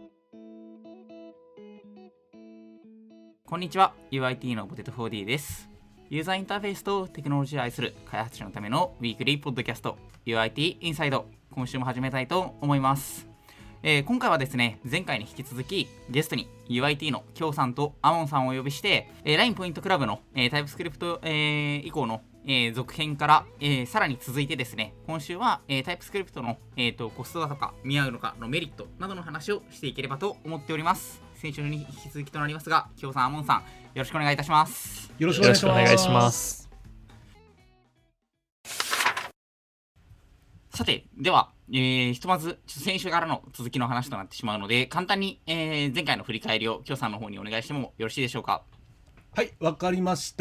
こんにちは、UIT のポテト 4D です。ユーザーインターフェースとテクノロジーを愛する開発者のためのウィークリーポッドキャスト UIT インサイド、今週も始めたいと思います。今回はですね、前回に引き続きゲストに UIT のキョウさんとアモンさんをお呼びして、LINE ポイントクラブの、タイプスクリプト、以降の続編から、さらに続いてですね、今週は、タイプスクリプトの、コストだとか見合うのかのメリットなどの話をしていければと思っております。先週に引き続きとなりますが、キョウさん、アモンさん、よろしくお願いいたします。 よろしくお願いします。 さて、では、ひとまず先週からの続きの話となってしまうので、簡単に、前回の振り返りをキョウさんの方にお願いしてもよろしいでしょうか。 はい、わかりました。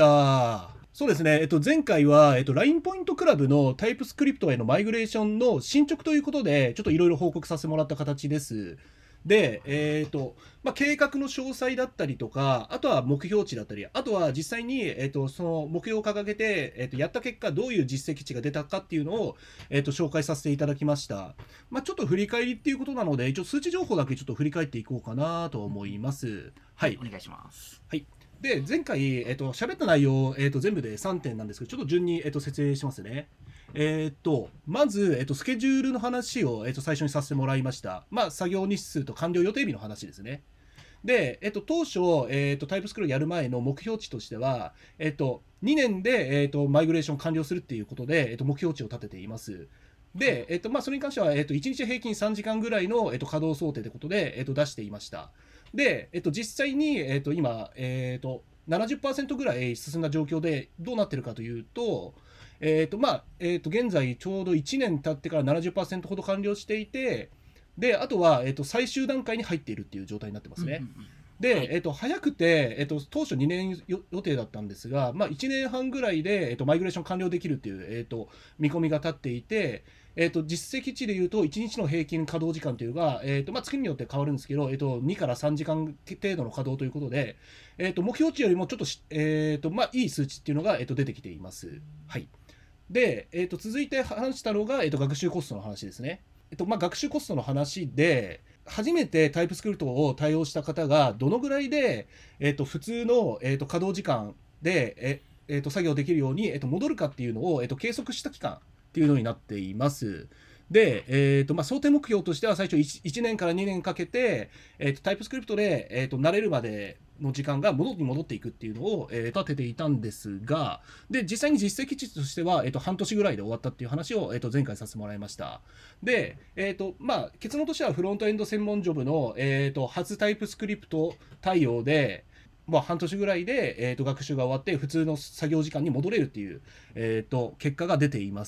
そうですね、前回は、LINE ポイントクラブのタイプスクリプトへのマイグレーションの進捗ということで、ちょっといろいろ報告させてもらった形です。で、計画の詳細だったりとか、あとは目標値だったり、あとは実際に、その目標を掲げて、やった結果、どういう実績値が出たかっていうのを、紹介させていただきました。ちょっと振り返りっていうことなので、一応数値情報だけちょっと振り返っていこうかなと思います。はい。 お願いします。 はい。で、前回、喋った内容、全部で3点なんですけど、ちょっと順に、説明しますね。まず、スケジュールの話を、最初にさせてもらいました。作業日数と完了予定日の話ですね。で、当初、タイプスクリプトやる前の目標値としては、2年で、マイグレーション完了するっていうことで、目標値を立てています。で、それに関しては、1日平均3時間ぐらいの、稼働想定ということで、出していました。で、実際に、今、70% ぐらい進んだ状況でどうなってるかというと、現在ちょうど1年経ってから 70% ほど完了していて、で、あとは、最終段階に入っているっていう状態になってますね。で、早くて、当初2年予定だったんですが、1年半ぐらいで、マイグレーション完了できるっていう、見込みが立っていて、実績値でいうと、1日の平均稼働時間というのが、月によって変わるんですけど、2から3時間程度の稼働ということで、目標値よりもちょっといい数値っていうのが、出てきています。はい。で、続いて話したのが、学習コストの話ですね。学習コストの話で、初めてタイプスクリプトを対応した方がどのぐらいで、普通の、稼働時間で、作業できるように、戻るかっていうのを、計測した期間っていうのになっています。で、想定目標としては最初 1年から2年かけて、タイプスクリプトで、慣れるまでの時間が戻っていくっていうのを、立てていたんですが、で、実際に実績値としては、半年ぐらいで終わったっていう話を、前回させてもらいました。で、結論としてはフロントエンド専門ジョブの、初タイプスクリプト対応で、半年ぐらいで、学習が終わって普通の作業時間に戻れるっていう、結果が出ています。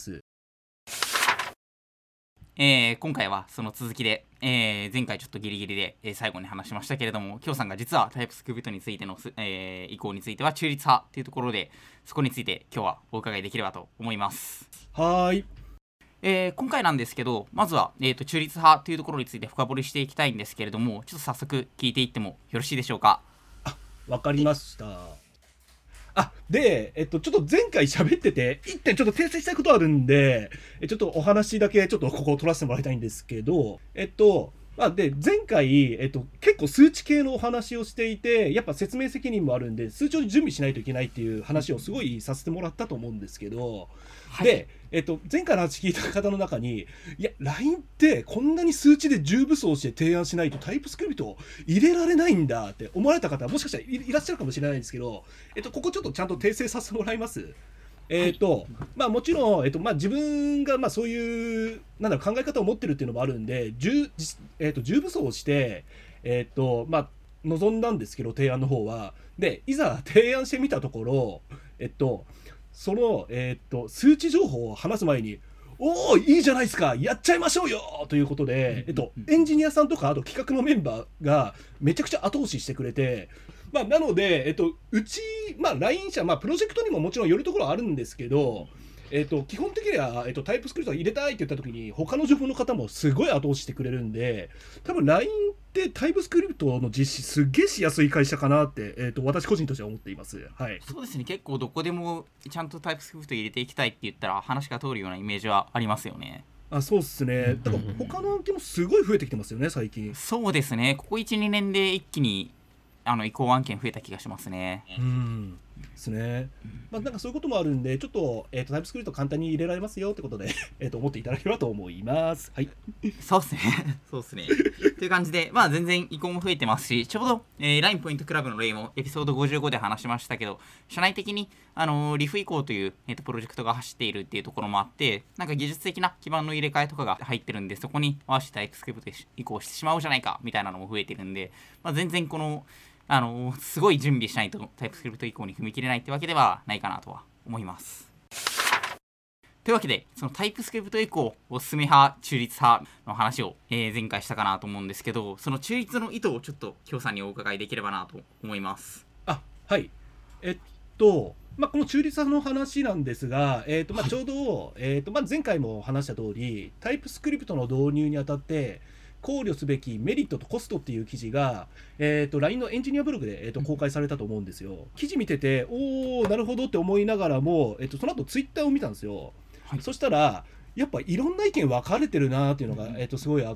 今回はその続きで、前回ちょっとギリギリで、最後に話しましたけれども、キョウさんが実はタイプスクリプトについての、意向については中立派というところで、そこについて今日はお伺いできればと思います。 はい。 今回なんですけど、まずは、中立派というところについて深掘りしていきたいんですけれども、ちょっと早速聞いていってもよろしいでしょうか。 わかりました。で、ちょっと前回喋ってて、一点ちょっと訂正したいことあるんで、ちょっとお話だけちょっとここを取らせてもらいたいんですけど、で、前回、結構数値系のお話をしていて、やっぱ説明責任もあるんで、数値を準備しないといけないっていう話をすごいさせてもらったと思うんですけど、はい、で、前回の話聞いた方の中に、いや、LINE ってこんなに数値で重武装して提案しないとタイプスクリプトを入れられないんだって思われた方はもしかしたら いらっしゃるかもしれないんですけど、ここちょっとちゃんと訂正させてもらいます。もちろん、自分がそういう考え方を持ってるっていうのもあるんで、重武装をして、望んだんですけど、提案の方は。で、いざ提案してみたところ、その、数値情報を話す前に、おー、いいじゃないですか、やっちゃいましょうよということで、エンジニアさんとか、あと企画のメンバーがめちゃくちゃ後押ししてくれて、なので、うち、LINE 社、プロジェクトにももちろんよるところはあるんですけど、基本的には、タイプスクリプト入れたいって言った時に他の情報の方もすごい後押ししてくれるんで、多分 LINE ってタイプスクリプトの実施すっげえしやすい会社かなって、私個人としては思っています。はい。 そうですね、結構どこでもちゃんとタイプスクリプト入れていきたいって言ったら話が通るようなイメージはありますよね。 そうっすね。だから他の案件もすごい増えてきてますよね、最近。 そうですね、ここ1、2年で一気に移行案件増えた気がしますね。 ですね。なんかそういうこともあるんで、ちょっと、タイプスクリプト簡単に入れられますよってことで思っていただければと思います。はい。 そうですね。そうですね。という感じで、全然移行も増えてますし、ちょうど、LINE ポイントクラブの例もエピソード55で話しましたけど、社内的に、リフ移行という、プロジェクトが走っているっていうところもあって、なんか技術的な基盤の入れ替えとかが入ってるんで、そこに合わせてタイプスクリプトで移行してしまおうじゃないか、みたいなのも増えてるんで、全然この、すごい準備しないとタイプスクリプト移行に踏み切れないってわけではないかなとは思います。というわけで、そのタイプスクリプト移行、おすすめ派、中立派の話を、前回したかなと思うんですけど、その中立の意図をちょっと京さんにお伺いできればなと思います。 はい。この中立派の話なんですが、ちょうど、前回も話した通り、タイプスクリプトの導入にあたって、考慮すべきメリットとコストっていう記事が、LINE のエンジニアブログで、公開されたと思うんですよ。記事見てて、なるほどって思いながらも、その後ツイッターを見たんですよ。はい、そしたら、やっぱいろんな意見分かれてるなっていうのが、すごいあって、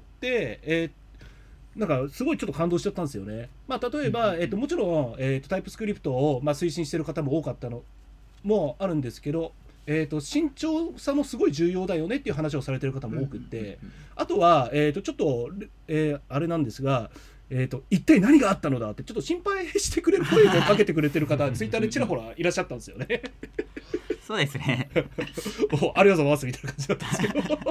なんかすごいちょっと感動しちゃったんですよね。例えば、もちろん、タイプスクリプトを、推進してる方も多かったのもあるんですけど、慎重さもすごい重要だよねっていう話をされてる方も多くって、あとは、ちょっと、あれなんですが、一体何があったのだってちょっと心配してくれる声をかけてくれてる方ツイッターでちらほらいらっしゃったんですよね。 そうですね。 ありがとうございますみたいな感じだったんですけど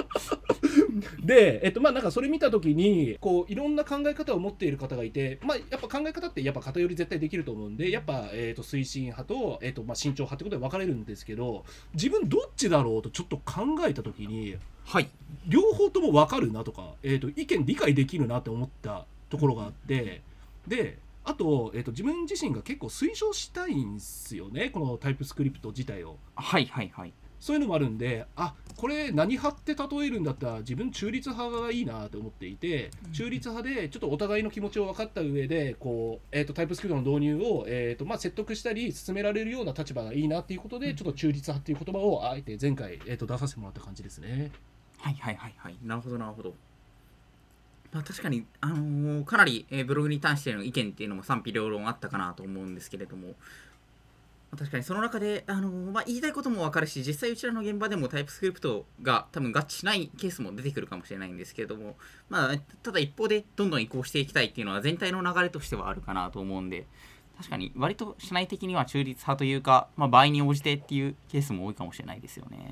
で、なんかそれ見たときにこういろんな考え方を持っている方がいて、やっぱ考え方ってやっぱ偏り絶対できると思うんで、やっぱ、推進派と、慎重派ってことで分かれるんですけど、自分どっちだろうとちょっと考えたときに、 はい、 両方とも分かるなとか、意見理解できるなって思ったところがあって、であと、自分自身が結構推奨したいんですよね、このタイプスクリプト自体を。 はいはいはい。 そういうのもあるんで、これ何派って例えるんだったら自分中立派がいいなと思っていて、中立派でちょっとお互いの気持ちを分かった上でこう、タイプスクリプトの導入を、説得したり進められるような立場がいいなっていうことで、ちょっと中立派っていう言葉をあえて前回、出させてもらった感じですね。 はいはいはいはい。なるほどなるほど。確かに、かなり、ブログに対しての意見っていうのも賛否両論あったかなと思うんですけれども、確かにその中で、言いたいことも分かるし、実際うちらの現場でもタイプスクリプトが多分合致しないケースも出てくるかもしれないんですけれども、ただ一方でどんどん移行していきたいっていうのは全体の流れとしてはあるかなと思うんで、確かに割と社内的には中立派というか、場合に応じてっていうケースも多いかもしれないですよね。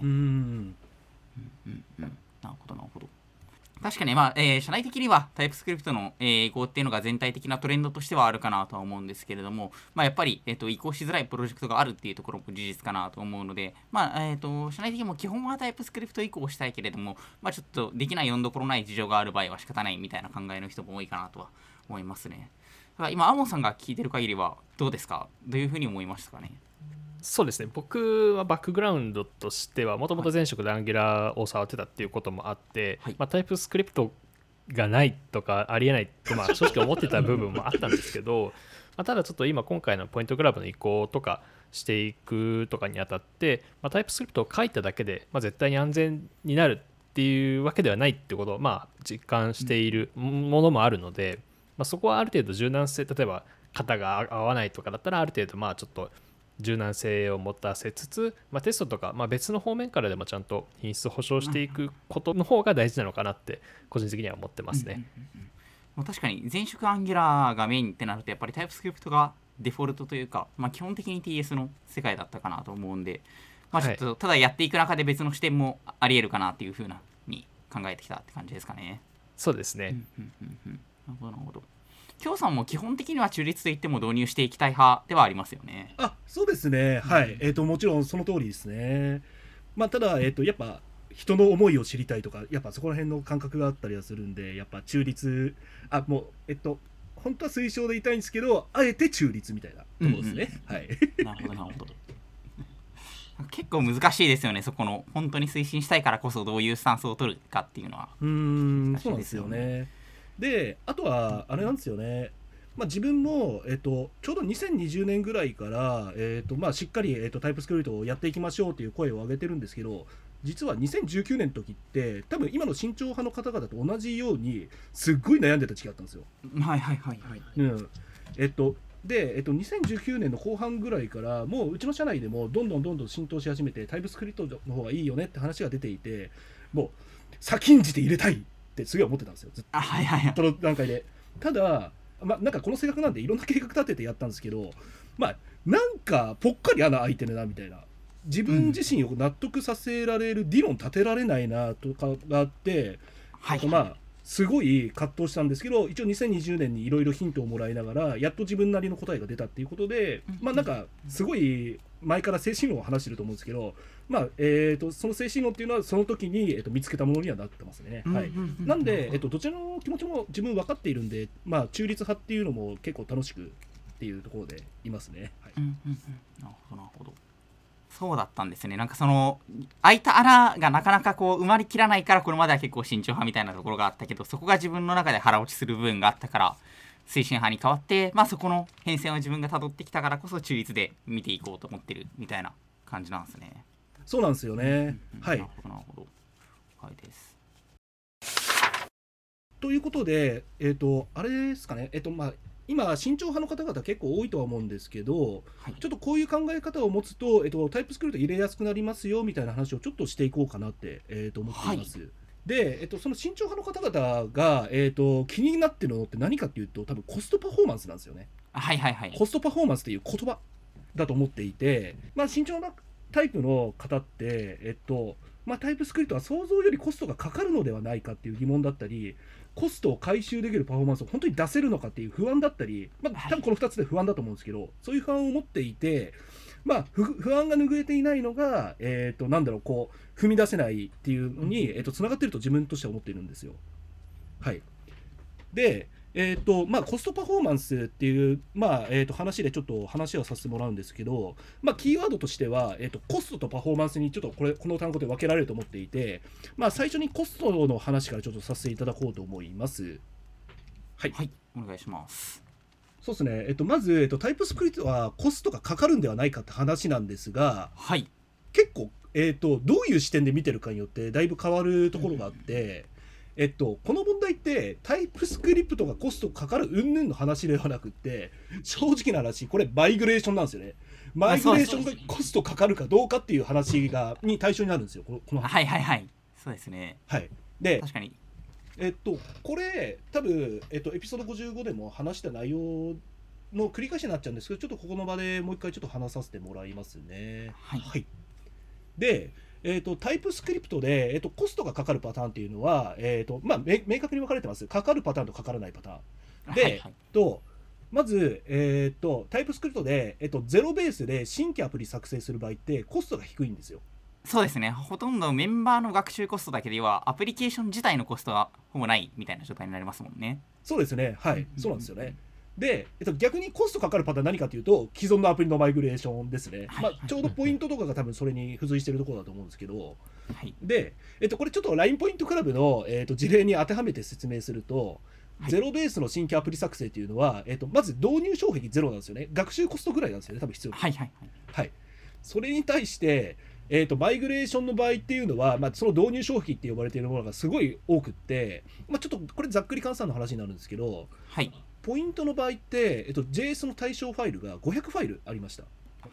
なるほどなるほど。確かに、社内的にはタイプスクリプトの、移行っていうのが全体的なトレンドとしてはあるかなとは思うんですけれども、やっぱり、移行しづらいプロジェクトがあるっていうところも事実かなと思うので、社内的にも基本はタイプスクリプト移行したいけれども、ちょっとできない読んどころない事情がある場合は仕方ないみたいな考えの人も多いかなとは思いますね。だから今、アモンさんが聞いてる限りはどうですか？どういうふうに思いましたかね？ そうですね、僕はバックグラウンドとしてはもともと前職でアンギュラーを触ってたっていうこともあって、タイプスクリプトがないとかありえないと正直思ってた部分もあったんですけどただちょっと今回のポイントグラブの移行とかしていくとかにあたって、タイプスクリプトを書いただけで、絶対に安全になるっていうわけではないってことを実感しているものもあるので、そこはある程度柔軟性、例えば型が合わないとかだったらある程度ちょっと柔軟性を持たせつつ、テストとか、別の方面からでもちゃんと品質を保証していくことの方が大事なのかなって個人的には思ってますね。 確かに前職アンギュラーがメインってなるとやっぱりタイプスクリプトがデフォルトというか、基本的に TS の世界だったかなと思うんで、ちょっとただやっていく中で別の視点もありえるかなっていう風なに考えてきたって感じですかね。 そうですね。 なるほどなるほど。京さんも基本的には中立といっても導入していきたい派ではありますよね。 そうですね、はい、もちろんその通りですね。ただ、やっぱ人の思いを知りたいとか、やっぱそこら辺の感覚があったりはするんで、やっぱ中立、本当は推奨でいたいんですけど、あえて中立みたいなところですね。はい。 なるほどなるほど。結構難しいですよね、そこの本当に推進したいからこそどういうスタンスを取るかっていうのは。 そうなんですよね。で、あとはあれなんですよね。自分も、ちょうど2020年ぐらいから、しっかり、タイプスクリプトをやっていきましょうという声を上げてるんですけど、 実は2019年の時って多分今の慎重派の方々と同じようにすっごい悩んでた時期だったんですよ。 はいはいはいはい。 で、2019年の後半ぐらいからもううちの社内でもどんどん浸透し始めてタイプスクリプトの方がいいよねって話が出ていて、もう先んじて入れたいってすごい思ってたんですよ、ずっと。 はいはいはい。 その段階で。ただ、なんかこの性格なんでいろんな計画立ててやったんですけど、なんかぽっかり穴開いてるなみたいな、自分自身を納得させられる理論立てられないなとかがあって、すごい葛藤したんですけど、一応2020年にいろいろヒントをもらいながらやっと自分なりの答えが出たっていうことで、なんかすごい前から精神論を話してると思うんですけど、その精神論っていうのはその時に、見つけたものにはなってますね。なんで、どちらの気持ちも自分分かっているんで、中立派っていうのも結構楽しくっていうところでいますね。 なるほどなるほど。そうだったんですね。なんかその開いた穴がなかなかこう埋まりきらないから、これまでは結構慎重派みたいなところがあったけど、そこが自分の中で腹落ちする部分があったから推進派に変わって、そこの変遷を自分が辿ってきたからこそ中立で見ていこうと思ってるみたいな感じなんですね。 そうなんですよね。はい。 なるほどなるほど。はいです。 ということで、あれですかね、今、慎重派の方々結構多いとは思うんですけど、ちょっとこういう考え方を持つと、タイプスクリプト入れやすくなりますよみたいな話をちょっとしていこうかなって、思っています。で、その慎重派の方々が、気になってるのって何かっていうと、多分コストパフォーマンスなんですよね。コストパフォーマンスっていう言葉だと思っていて、慎重なタイプの方って、タイプスクリプトは想像よりコストがかかるのではないかっていう疑問だったり、コストを回収できるパフォーマンスを本当に出せるのかっていう不安だったり、多分この2つで不安だと思うんですけど、そういう不安を持っていて、不安が拭えていないのが、こう踏み出せないっていうのにつながっていると自分としては思っているんですよ。で、コストパフォーマンスっていう、話でちょっと話をさせてもらうんですけど、キーワードとしては、コストとパフォーマンスにちょっとこの単語で分けられると思っていて、最初にコストの話からちょっとさせていただこうと思います。 はい、お願いします。 そうですね。まず、タイプスクリプトはコストがかかるんではないかって話なんですが、結構、どういう視点で見てるかによってだいぶ変わるところがあって、この問題ってタイプスクリプトがコストかかる云々の話ではなくて、正直な話これマイグレーションなんですよね。マイグレーションがコストかかるかどうかっていう話に対象になるんですよ、この話。 そうですね。 で、 確かにこれ多分、エピソード55でも話した内容の繰り返しになっちゃうんですけど、ちょっとここの場でもう一回ちょっと話させてもらいますね。で、タイプスクリプトで、コストがかかるパターンっていうのは、明確に分かれてます。かかるパターンとかからないパターンで、まず、タイプスクリプトで、ゼロベースで新規アプリ作成する場合ってコストが低いんですよ。 そうですね。ほとんどメンバーの学習コストだけではアプリケーション自体のコストはほぼないみたいな状態になりますもんね。 そうですね。そうなんですよね。で、逆にコストかかるパターンは何かというと、既存のアプリのマイグレーションですね。ちょうどポイントとかが多分それに付随しているところだと思うんですけど、で、これちょっと LINE ポイントクラブの、事例に当てはめて説明すると、ゼロベースの新規アプリ作成というのは、まず導入障壁ゼロなんですよね。学習コストぐらいなんですよね、多分必要な。それに対して、マイグレーションの場合っていうのは、その導入障壁って呼ばれているものがすごい多くって、ちょっとこれざっくり換算の話になるんですけど、ポイントの場合って、JS の対象ファイルが500ファイルありました。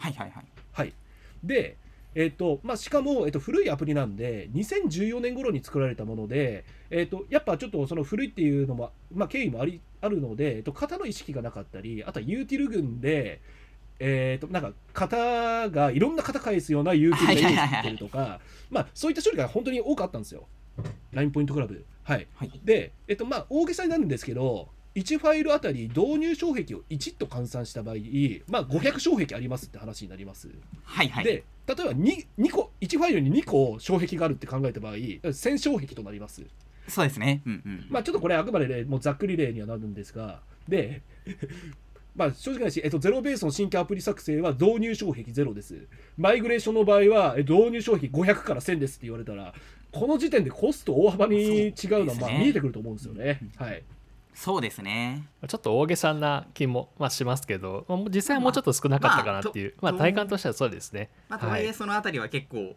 で、しかも、古いアプリなんで2014年頃に作られたもので、やっぱちょっとその古いっていうのも、経緯もあるので、型の意識がなかったり、あとはユーティル群でなんか型がいろんな型返すようなユーティルが用意してるとか、そういった処理が本当に多くあったんですよ、LINE ポイントクラブ。で、大げさになるんですけど、1ファイルあたり導入障壁を1と換算した場合、500障壁ありますって話になります。で、例えば2個、1ファイルに2個障壁があるって考えた場合、1000障壁となります。 そうですね。 ちょっとこれあくまで、もうざっくり例にはなるんですが、で正直な話、ゼロベースの新規アプリ作成は導入障壁ゼロです。マイグレーションの場合は導入障壁500から1000ですって言われたら、この時点でコスト大幅に違うのは見えてくると思うんですよね。 そうですね。 ちょっと大げさな気も、しますけど、実際はもうちょっと少なかったかなっていう、体感としてはそうですね。 とはいえそのあたりは結構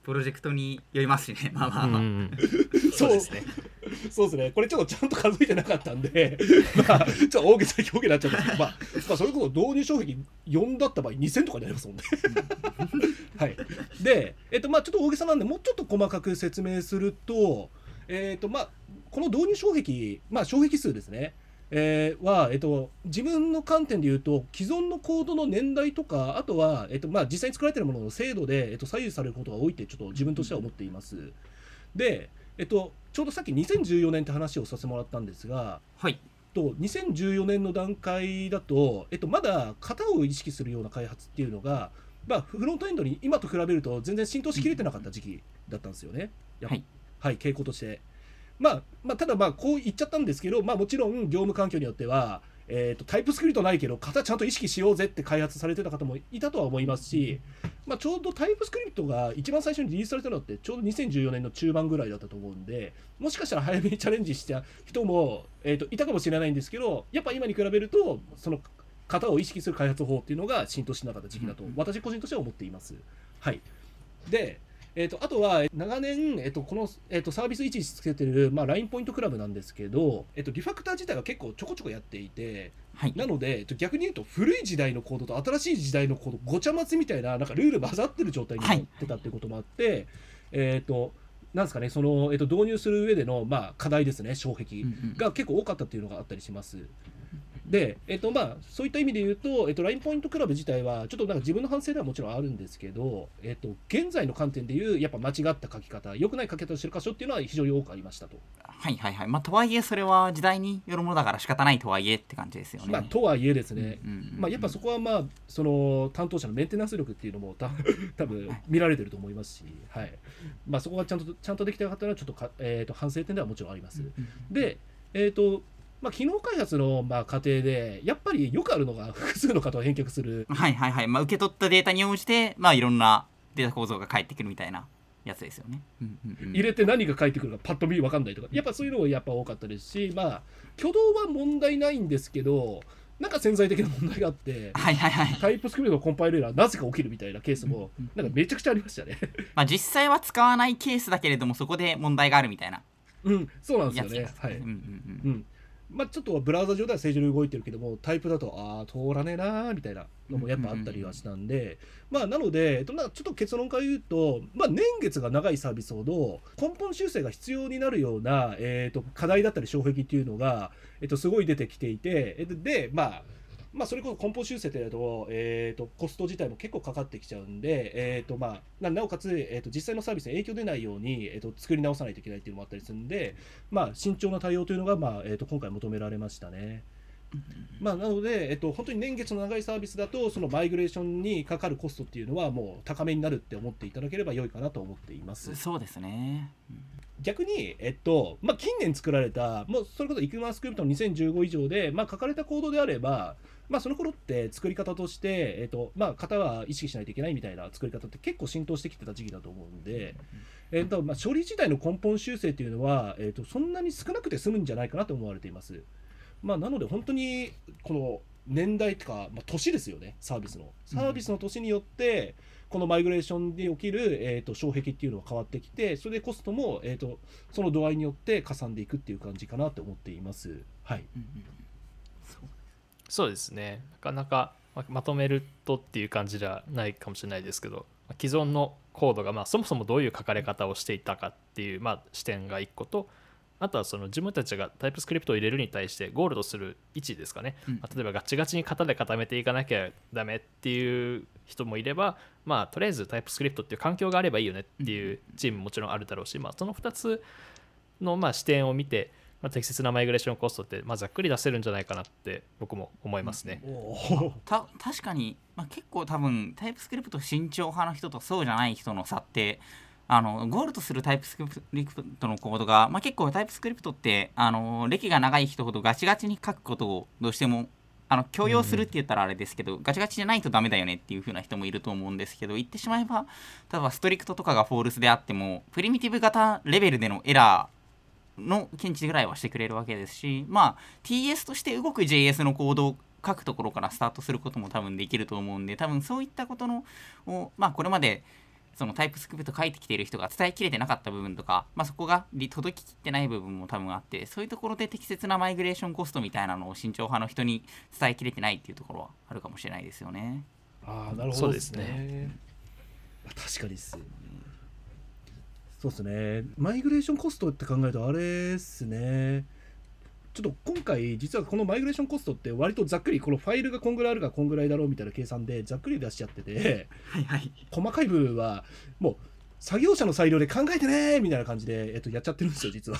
プロジェクトによりますしね。まあまあまあ、 そうですね。そうですね。これちょっとちゃんと数えてなかったんで、まあ、ちょっと大げさに表現になっちゃったんですけど、まあ、それこそ導入障壁4だった場合2000とかになりますもんね。はい。で、まあちょっと大げさなんで、もうちょっと細かく説明すると、まあ、この導入障壁、まあ障壁数ですね。は、自分の観点で言うと既存のコードの年代とか、あとは、まあ、実際に作られているものの精度で、左右されることが多いってちょっと自分としては思っています。で、ちょうどさっき2014年って話をさせてもらったんですが、 はい、 2014年の段階だと、まだ型を意識するような開発っていうのが、まあ、フロントエンドに今と比べると全然浸透しきれてなかった時期だったんですよね。はい、はい、傾向として。まあ、ただまあこう言っちゃったんですけど、まあ、もちろん業務環境によっては、タイプスクリプトないけど型ちゃんと意識しようぜって開発されてた方もいたとは思いますし、まあ、ちょうどタイプスクリプトが一番最初にリリースされたのってちょうど2014年の中盤ぐらいだったと思うんで、もしかしたら早めにチャレンジした人も、いたかもしれないんですけど、やっぱ今に比べるとその型を意識する開発法っていうのが浸透しなかった時期だと私個人としては思っています。はい。で、あとは長年、この、サービス位置つけてる、まあ、ラインポイントクラブなんですけど、リファクター自体は結構ちょこちょこやっていて、はい、なので、逆に言うと古い時代のコードと新しい時代のコードごちゃ混ぜみたいな、なんかルール混ざってる状態になってたっていうこともあって、なんですかね、その、導入する上での、まあ、課題ですね、障壁が結構多かったっていうのがあったりします。で、まあ、そういった意味で言うと、ラインポイントクラブ自体はちょっとなんか自分の反省ではもちろんあるんですけど、現在の観点でいうやっぱ間違った書き方、良くない書き方をしてる箇所っていうのは非常に多くありましたと。 はいはいはい。まあ、とはいえそれは時代によるものだから仕方ないとはいえって感じですよね。 まあ、とはいえですね、まあ、やっぱそこはまあその担当者のメンテナンス力っていうのも多分見られてると思いますし、はい、まあ、そこがちゃんとできてなかったらちょっと反省点ではもちろんあります。で、まあ、機能開発のまあ過程でやっぱりよくあるのが複数の型を返却する。 はいはいはい。まあ、受け取ったデータに応じて、まあ、いろんなデータ構造が返ってくるみたいなやつですよね。 入れて何が返ってくるかパッと見分かんないとか、やっぱそういうのがやっぱ多かったですし、まあ挙動は問題ないんですけど、なんか潜在的な問題があって、 はいはいはい、 タイプスクリプトのコンパイルエラーなぜか起きるみたいなケースもなんかめちゃくちゃありましたね。 まあ実際は使わないケースだけれどもそこで問題があるみたいな。 そうなんですよね。はい。まあ、ちょっとブラウザ上では正常に動いてるけども、タイプだと通らねえなーみたいなのもやっぱあったりはしたんで、まあ、なのでちょっと結論から言うと、まあ、年月が長いサービスほど根本修正が必要になるような、課題だったり障壁っていうのが、すごい出てきていて、でまあ、それこそ根本修正というと、コスト自体も結構かかってきちゃうんで、まあ、なおかつ、実際のサービスに影響出ないように、作り直さないといけないっていうのもあったりするんで、まあ、慎重な対応というのが、まあ今回求められましたね。まあ、なので、本当に年月の長いサービスだとそのマイグレーションにかかるコストっていうのはもう高めになるって思っていただければ良いかなと思っています。 そうですね。 逆に、まあ、近年作られたもうそれこそイクマスクリプトの2015以上で、まあ、書かれたコードであれば、まあ、その頃って作り方として、まあ、型は意識しないといけないみたいな作り方って結構浸透してきてた時期だと思うんで、まあ、処理自体の根本修正っていうのは、そんなに少なくて済むんじゃないかなと思われています。まあ、なので本当にこの年代とか、まあ、年ですよね。サービスの年によってこのマイグレーションで起きる、障壁っていうのは変わってきて、それでコストも、その度合いによってかさんでいくっていう感じかなと思っています。はい、 そうですね。なかなかまとめるとっていう感じじゃないかもしれないですけど、既存のコードがまあそもそもどういう書かれ方をしていたかっていうまあ視点が1個と、あとはその自分たちがタイプスクリプトを入れるに対してゴールとする位置ですかね、例えばガチガチに型で固めていかなきゃダメっていう人もいれば、まあとりあえずタイプスクリプトっていう環境があればいいよねっていうチームももちろんあるだろうし、まあその2つのまあ視点を見て、まあ、適切なマイグレーションコストってまあざっくり出せるんじゃないかなって僕も思いますね。 確かに、まあ、結構多分タイプスクリプト慎重派の人とそうじゃない人の差ってゴールとするタイプスクリプトのコードが、まあ、結構タイプスクリプトって歴が長い人ほどガチガチに書くことをどうしても許容するって言ったらあれですけど、ガチガチじゃないとダメだよねっていう風な人もいると思うんですけど、言ってしまえば例えばストリクトとかがフォールスであってもプリミティブ型レベルでのエラーの検知ぐらいはしてくれるわけですし、まあ TS として動く JS のコードを書くところからスタートすることも多分できると思うんで、多分そういったことのを、まあ、これまでそのタイプスクリプト書いてきている人が伝えきれてなかった部分とか、そこが届ききってない部分も多分あって、そういうところで適切なマイグレーションコストみたいなのを慎重派の人に伝えきれてないっていうところはあるかもしれないですよね。 なるほどですね。確かにです。そうですね。マイグレーションコストって考えるとあれですね。ちょっと今回実はこのマイグレーションコストって割とざっくりこのファイルがこんぐらいあるからこんぐらいだろうみたいな計算でざっくり出しちゃってて、 はいはい、 細かい部分はもう作業者の裁量で考えてねみたいな感じで、やっちゃってるんですよ実は。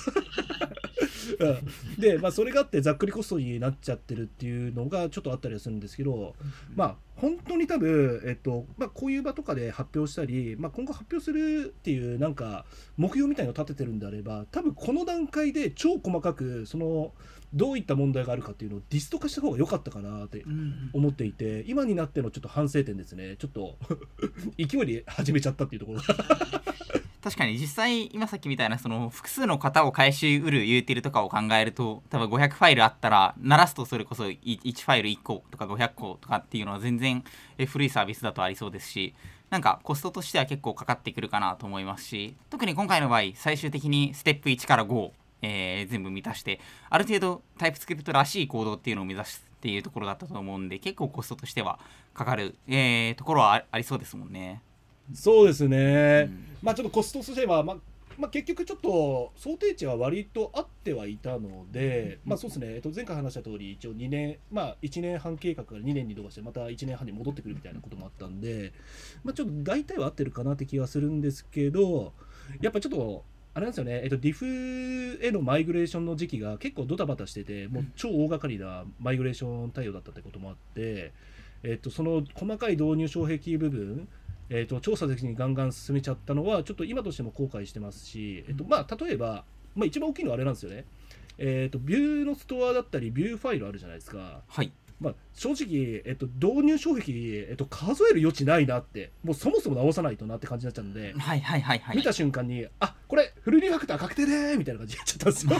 で、それがあってざっくりコストになっちゃってるっていうのがちょっとあったりはするんですけど、本当に多分、こういう場とかで発表したり、今後発表するっていうなんか目標みたいのを立ててるんであれば、多分この段階で超細かくそのどういった問題があるかっていうのをディスト化した方が良かったかなって思っていて、今になってのちょっと反省点ですね。ちょっと勢いで始めちゃったっていうところが確かに実際今さっきみたいなその複数の型を返しうるユーティルとかを考えると、多分500ファイルあったら鳴らすとそれこそ1ファイル1個とか500個とかっていうのは全然古いサービスだとありそうですし、なんかコストとしては結構かかってくるかなと思いますし、特に今回の場合最終的にステップ1から5、全部満たしてある程度タイプスクリプトらしいコードっていうのを目指すっていうところだったと思うんで、結構コストとしてはかかる、ところはありそうですもんね。 そうですね、ちょっとコストとしては、結局ちょっと想定値は割とあってはいたので、そうですね、前回話した通り一応2年、1年半計画から2年に伸ばしてまた1年半に戻ってくるみたいなこともあったんで、ちょっと大体は合ってるかなって気がするんですけど、やっぱちょっとあれなんですよね、ディフへのマイグレーションの時期が結構ドタバタしてて、もう超大掛かりなマイグレーション対応だったってこともあって、その細かい導入障壁部分、調査的にガンガン進めちゃったのはちょっと今としても後悔してますし、例えば、一番大きいのはあれなんですよね、ビューのストアだったりビューファイルあるじゃないですか。 はい、 正直、導入障壁、数える余地ないなって、もうそもそも直さないとなって感じになっちゃうので、見た瞬間にこれフルリファクター確定でみたいな感じになっちゃったんですよ。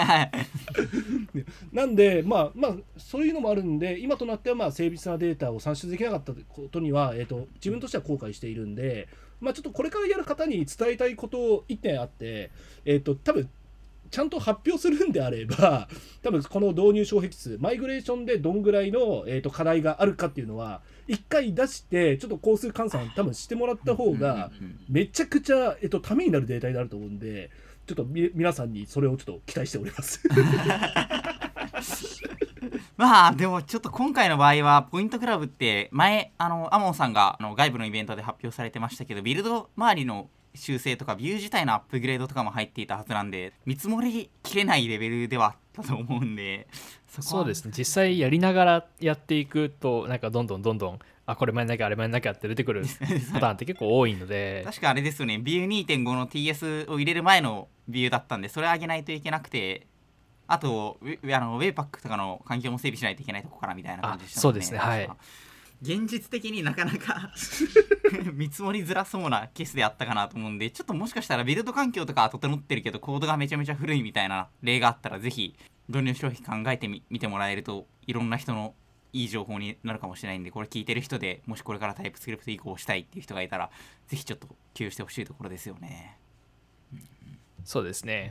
なんでそういうのもあるんで、今となっては精密なデータを算出できなかったことには、自分としては後悔しているんで、ちょっとこれからやる方に伝えたいこと1点あって、多分ちゃんと発表するんであれば、多分この導入障壁数マイグレーションでどんぐらいの、課題があるかっていうのは1回出してちょっと工数換算多分してもらった方がめちゃくちゃ、ためになるデータになると思うんで、ちょっと皆さんにそれをちょっと期待しておりますでもちょっと今回の場合はポイントクラブって前アモンさんが外部のイベントで発表されてましたけど、ビルド周りの修正とかビュー自体のアップグレードとかも入っていたはずなんで、見積もりきれないレベルではあったと思うんで、 そうですね、実際やりながらやっていくとなんかどんどんこれ前なきゃあれ前なきゃって出てくるパターンって結構多いので確かあれですよね、ビュー 2.5 の TS を入れる前のビューだったんで、それ上げないといけなくて、あとウェイパックとかの環境も整備しないといけないとこからみたいな感じでしたね。 そうですね、はい。 現実的になかなか見積もりづらそうなケースであったかなと思うんで、ちょっともしかしたらビルド環境とかは整ってるけどコードがめちゃめちゃ古いみたいな例があったら、ぜひ導入障壁考えてみてもらえるといろんな人のいい情報になるかもしれないんで、これ聞いてる人でもしこれからタイプスクリプト移行したいっていう人がいたら、ぜひちょっと共有してほしいところですよね。 そうですね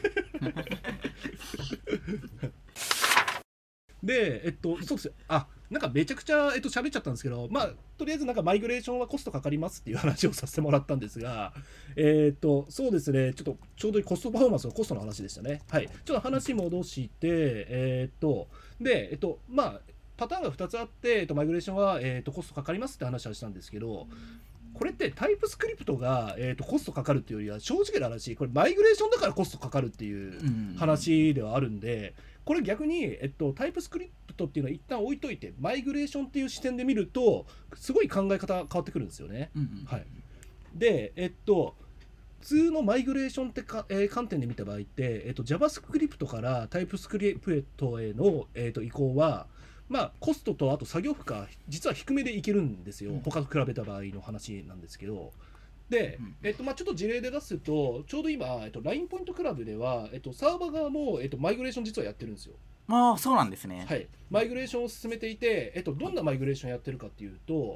で、そうです。なんかめちゃくちゃ喋っちゃったんですけど、とりあえずなんかマイグレーションはコストかかりますっていう話をさせてもらったんですが、そうですね、ちょうどコストパフォーマンスのコストの話でしたね。はい。ちょっと話戻して、で、パターンが2つあって、マイグレーションは、コストかかりますって話はしたんですけど、これってタイプスクリプトが、コストかかるっていうよりは正直な話、これマイグレーションだからコストかかるっていう話ではあるんで、これ逆に、タイプスクリプトっていうのは一旦置いといてマイグレーションっていう視点で見るとすごい考え方変わってくるんですよね。はい、で、普通のマイグレーションって観点で見た場合って、JavaScript からタイプスクリプトへの、移行はコストとあと作業負荷実は低めでいけるんですよ、他と比べた場合の話なんですけど。で、ちょっと事例で出すと、ちょうど今、LINE ポイントクラブでは、サーバー側も、マイグレーション実はやってるんですよ。 そうなんですね。 はい、マイグレーションを進めていて、どんなマイグレーションやってるかっていうと、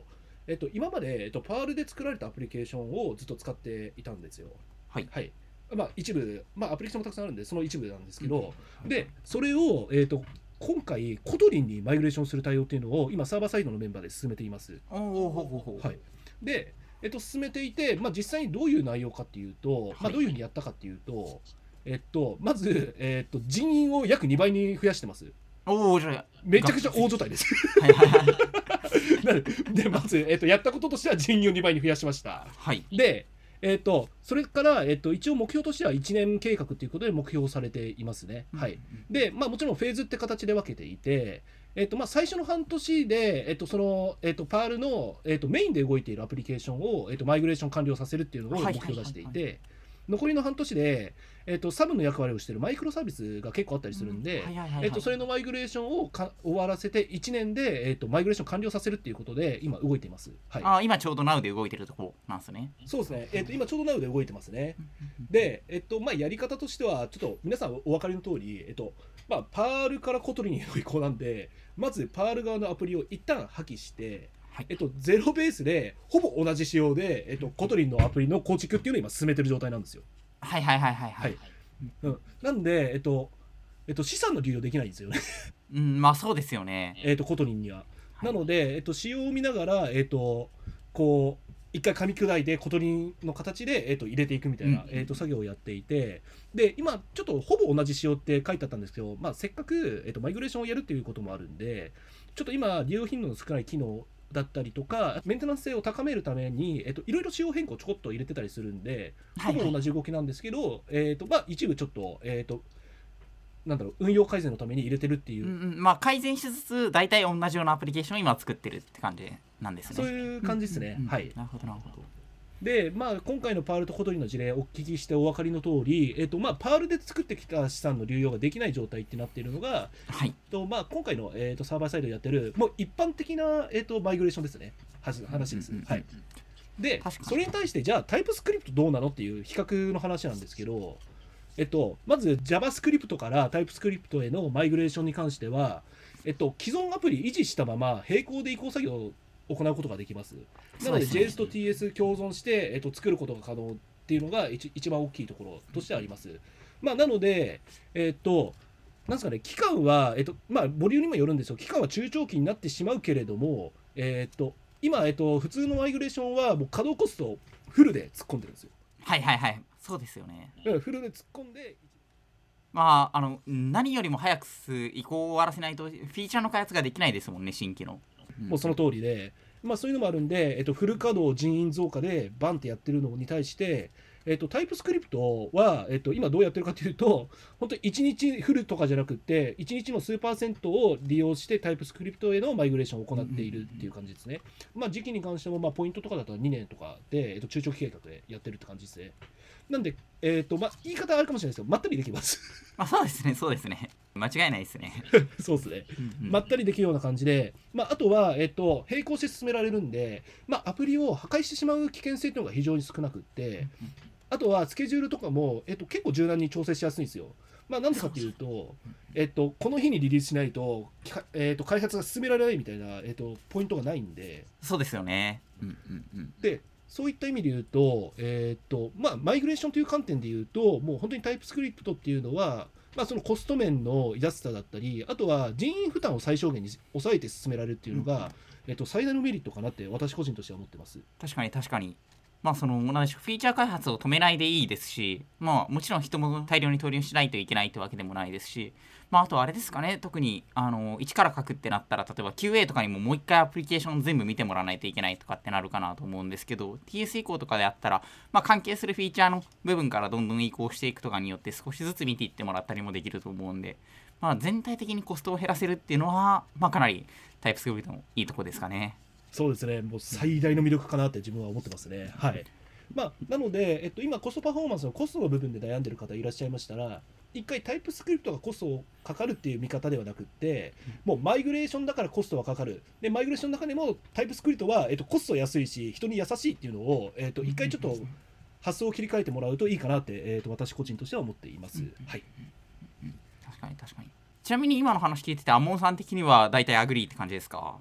今まで、パールで作られたアプリケーションをずっと使っていたんですよ。 はい。 はい。まあ、一部、まあ、アプリケーションもたくさんあるんで、その一部なんですけど、 うん、 で、それを、今回、コトリンにマイグレーションする対応っていうのを、今、サーバーサイドのメンバーで進めています。 おお、ほうほうほう。 はい。で、進めていて、まあ、実際にどういう内容かっていうと、まあ、どういうふうにやったかっていうと、まず、人員を約2倍に増やしてます。 おお、じゃあめちゃくちゃ大所帯です。 はいはいはい。 で、まず、やったこととしては人員を2倍に増やしました。 はい。 で、それから、一応目標としては1年計画ということで目標されていますね。はい。で、まあ、もちろんフェーズって形で分けていて、まあ、最初の半年で、その、パールの、メインで動いているアプリケーションを、マイグレーション完了させるっていうのを目標出していて、残りの半年で、サブの役割をしているマイクロサービスが結構あったりするんで、それのマイグレーションを終わらせて1年で、マイグレーション完了させるっていうことで今動いています。はい、 今ちょうど Now で動いてるところなんですね。 そうですね、今ちょうど Now で動いてますね。で、まあ、やり方としてはちょっと皆さんお分かりの通り、まあ、パールからコトリンへの移行なんで、まずパール側のアプリを一旦破棄して、 はい、 ゼロベースでほぼ同じ仕様で、コトリンのアプリの構築っていうのを今進めてる状態なんですよ。 はいはいはいはいはい、 うん、なんで、資産の流用できないんですよねうん、まあそうですよね。 コトリンには。なので、仕様を見ながら、こう一回噛み砕いてコトリンの形で、入れていくみたいな、作業をやっていて、で今ちょっとほぼ同じ仕様って書いてあったんですけど、まあ、せっかく、マイグレーションをやるっていうこともあるんで、ちょっと今利用頻度の少ない機能だったりとかメンテナンス性を高めるために、いろいろ仕様変更をちょこっと入れてたりするんで、ほぼ同じ動きなんですけど、まあ、一部ちょっと、なんだろう、運用改善のために入れてるっていう、 まあ改善しつつ大体同じようなアプリケーションを今作ってるって感じなんですね。 そういう感じですね。はい。 なるほどなるほど。 で、まあ、今回のパールとコトリンの事例をお聞きしてお分かりの通り、まあ、パールで作ってきた資産の流用ができない状態ってなっているのが、 はい、 まあ、今回の、サーバーサイドでやってるもう一般的な、マイグレーションですね。話です。はい。で、それに対してじゃあタイプスクリプトどうなのっていう比較の話なんですけど、まず JavaScript からタイプスクリプトへのマイグレーションに関しては、既存アプリ維持したまま並行で移行作業を行うことができます。なので JS と TS 共存して、作ることが可能っていうのが一番大きいところとしてあります。まあ、なので、なんですかね、期間は、まあ、ボリュームにもよるんですよ。期間は中長期になってしまうけれども、今、普通のマイグレーションはもう稼働コストをフルで突っ込んでるんですよ。 はいはいはい、そうですよね。 フルで突っ込んで、 まあ、何よりも早く移行を終わらせないとフィーチャーの開発ができないですもんね、新規の。 もうその通りで、まあ、そういうのもあるんで、フル稼働人員増加でバンってやってるのに対して、タイプスクリプトは、今どうやってるかというと、本当に1日フルとかじゃなくて、1日の数%を利用してタイプスクリプトへのマイグレーションを行っているっていう感じですね。まあ、時期に関しても、まあ、ポイントとかだと2年とかで、中長期計画でやってるって感じですね。なんで、まあ、言い方あるかもしれないですけど、まったりできます。 そうですね、そうですね。間違いないですね。 そうですね。まったりできるような感じで、まあ、あとは、並行して進められるんで、まあ、アプリを破壊してしまう危険性というのが非常に少なくって、あとはスケジュールとかも、結構柔軟に調整しやすいんですよ。まあ、なんでかっていうと、この日にリリースしないと、開発が進められないみたいな、ポイントがないんで。 そうですよね。 で、そういった意味で言うと、まあ、マイグレーションという観点で言うと、もう本当にタイプスクリプトっていうのは、まあ、そのコスト面の安さだったり、あとは人員負担を最小限に抑えて進められるっていうのが、最大のメリットかなって私個人としては思ってます。 確かに確かに。まあその同じフィーチャー開発を止めないでいいですし、まあもちろん人も大量に投入しないといけないってわけでもないですし、まああとあれですかね、特に一から書くってなったら、例えば QA とかにももう一回アプリケーション全部見てもらわないといけないとかってなるかなと思うんですけど、 TS 移行とかであったら、まあ関係するフィーチャーの部分からどんどん移行していくとかによって少しずつ見ていってもらったりもできると思うんで、まあ全体的にコストを減らせるっていうのは、まあかなりタイプスクリプトのいいとこですかね。 そうですね、もう最大の魅力かなって自分は思ってますね。はい。まあ、なので、今コストパフォーマンスのコストの部分で悩んでる方いらっしゃいましたら、一回タイプスクリプトがコストをかかるっていう見方ではなくって、もうマイグレーションだからコストはかかる。で、マイグレーションの中でもタイプスクリプトは、コスト安いし、人に優しいっていうのを、一回ちょっと発想を切り替えてもらうといいかなって、私個人としては思っています。はい。 確かに確かに。ちなみに今の話聞いてて、アモンさん的には大体アグリーって感じですか？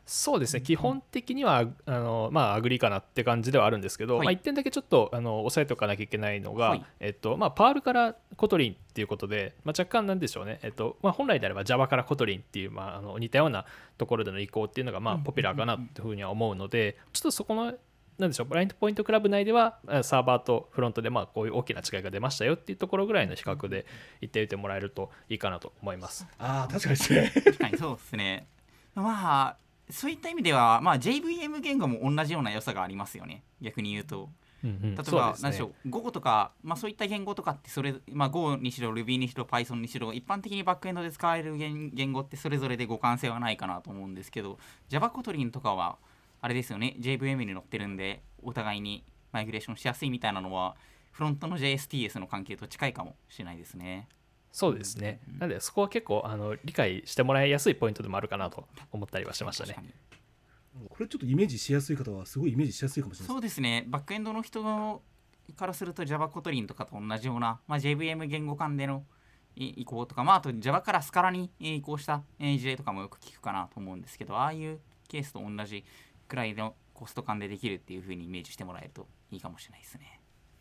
そうですね、基本的にはアグリかなって感じではあるんですけど、1点だけちょっと押さえておかなきゃいけないのが、パールからコトリンっていうことで、若干なんでしょうね、本来であれば Java からコトリンっていう、似たようなところでの移行っていうのがポピュラーかなというふうには思うので、ちょっとそこのなんでしょう、ブラインドポイントクラブ内ではサーバーとフロントでこういう大きな違いが出ましたよっていうところぐらいの比較で言っておいてもらえるといいかなと思います。 確かにですね。 確かにそうですね。そういった意味では、JVM 言語も同じような良さがありますよね、逆に言うと。例えば、何でしょう、Go とか、そういった言語とかってGo にしろ Ruby にしろ Python にしろ一般的にバックエンドで使える言語ってそれぞれで互換性はないかなと思うんですけど、 Java コトリンとかはあれですよね、 JVM に載ってるんでお互いにマイグレーションしやすいみたいなのはフロントの JSTS の関係と近いかもしれないですね。 そうですね、なのでそこは結構理解してもらいやすいポイントでもあるかなと思ったりはしましたね。 これちょっとイメージしやすい方はすごいイメージしやすいかもしれない。 そうですね、バックエンドの人からすると Java コトリンとかと同じような、JVM 言語間での移行とか、あと Java からスカラに移行した事例とかもよく聞くかなと思うんですけど、ああいうケースと同じくらいのコスト感でできるっていう風にイメージしてもらえるといいかもしれないですね。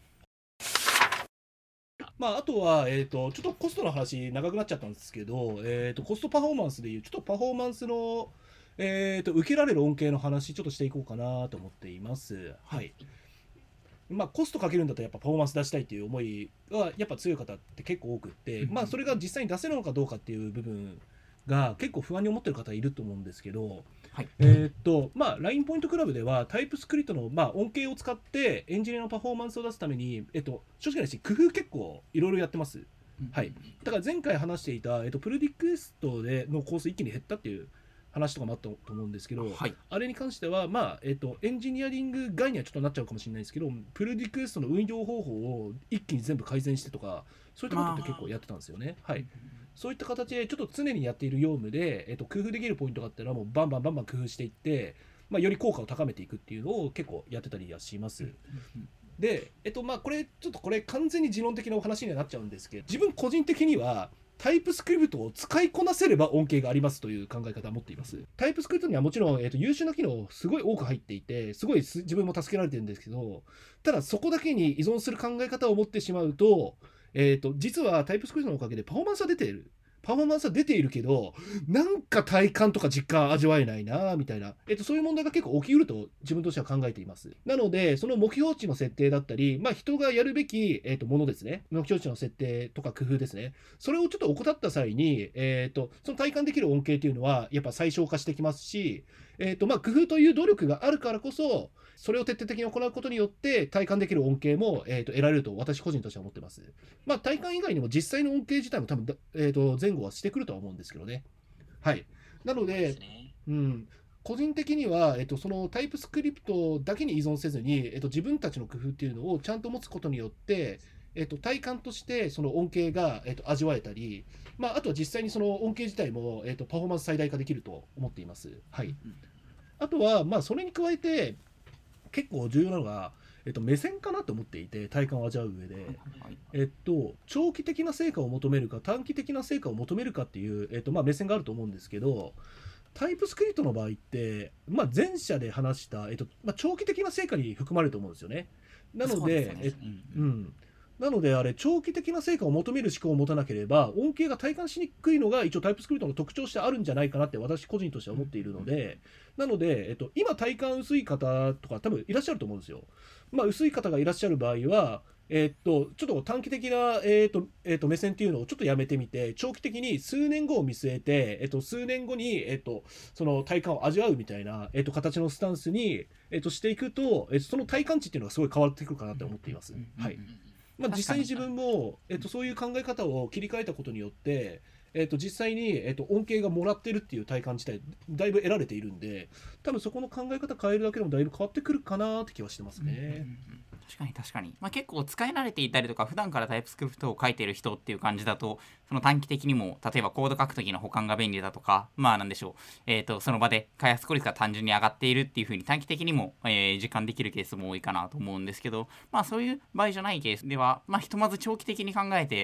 あとは、ちょっとコストの話長くなっちゃったんですけど、コストパフォーマンスでいうちょっとパフォーマンスの、受けられる恩恵の話ちょっとしていこうかなと思っています。はい。コストかけるんだったらやっぱパフォーマンス出したいっていう思いがやっぱ強い方って結構多くって、それが実際に出せるのかどうかっていう部分が結構不安に思ってる方いると思うんですけど、LINE ポイントクラブではタイプスクリプトの恩恵を使ってエンジニアのパフォーマンスを出すために、正直な話工夫結構いろいろやってます。はい。だから前回話していた、プルディクエストでのコース一気に減ったっていう話とかもあったと思うんですけど、あれに関しては、エンジニアリング外にはちょっとなっちゃうかもしれないですけど、プルディクエストの運用方法を一気に全部改善してとか、そういったことって結構やってたんですよね。はい。そういった形でちょっと常にやっている業務で、工夫できるポイントがあったらもうバンバン工夫していって、より効果を高めていくっていうのを結構やってたりはします。で、これちょっとこれ完全に持論的なお話にはなっちゃうんですけど、自分個人的にはタイプスクリプトを使いこなせれば恩恵がありますという考え方を持っています。タイプスクリプトにはもちろん、優秀な機能すごい多く入っていて、すごい自分も助けられてるんですけど、ただそこだけに依存する考え方を持ってしまうと、実はタイプスクリプトのおかげでパフォーマンスは出ている。パフォーマンスは出ているけど、なんか体感とか実感味わえないなみたいな、そういう問題が結構起きうると自分としては考えています。なので、その目標値の設定だったり、人がやるべき、ものですね。目標値の設定とか工夫ですね。それをちょっと怠った際に、その体感できる恩恵というのは、やっぱ最小化してきますし、工夫という努力があるからこそ、それを徹底的に行うことによって体感できる恩恵も、得られると私個人としては思ってます。体感以外にも実際の恩恵自体も多分、前後はしてくるとは思うんですけどね。はい。なので、個人的には、そのタイプスクリプトだけに依存せずに、自分たちの工夫っていうのをちゃんと持つことによって、体感としてその恩恵が、味わえたり、あとは実際にその恩恵自体も、パフォーマンス最大化できると思っています。はい。あとは、それに加えて、結構重要なのが、目線かなと思っていて、体感を味わう上で、長期的な成果を求めるか短期的な成果を求めるかっていう、目線があると思うんですけど、タイプスクリプトの場合って、前者で話した、長期的な成果に含まれると思うんですよね。なので、なのであれ長期的な成果を求める思考を持たなければ恩恵が体感しにくいのが一応タイプスクリプトの特徴としてあるんじゃないかなって私個人としては思っているので、なので、今体感薄い方とか多分いらっしゃると思うんですよ。薄い方がいらっしゃる場合はちょっと短期的な、目線っていうのをちょっとやめてみて、長期的に数年後を見据えて、数年後に、その体感を味わうみたいな、形のスタンスに、していくと、その体感値っていうのがすごい変わってくるかなと思っています。はい。実際に自分も、そういう考え方を切り替えたことによって、実際に、恩恵がもらってるっていう体感自体だいぶ得られているんで、多分そこの考え方変えるだけでもだいぶ変わってくるかなって気はしてますね。 確かに、結構使い慣れていたりとか普段からタイプスクリプトを書いている人っていう感じだと、その短期的にも例えばコード書く時の保管が便利だとか、なんでしょう、その場で開発効率が単純に上がっているっていう風に短期的にも、実感できるケースも多いかなと思うんですけど、そういう場合じゃないケースでは、ひとまず長期的に考えて、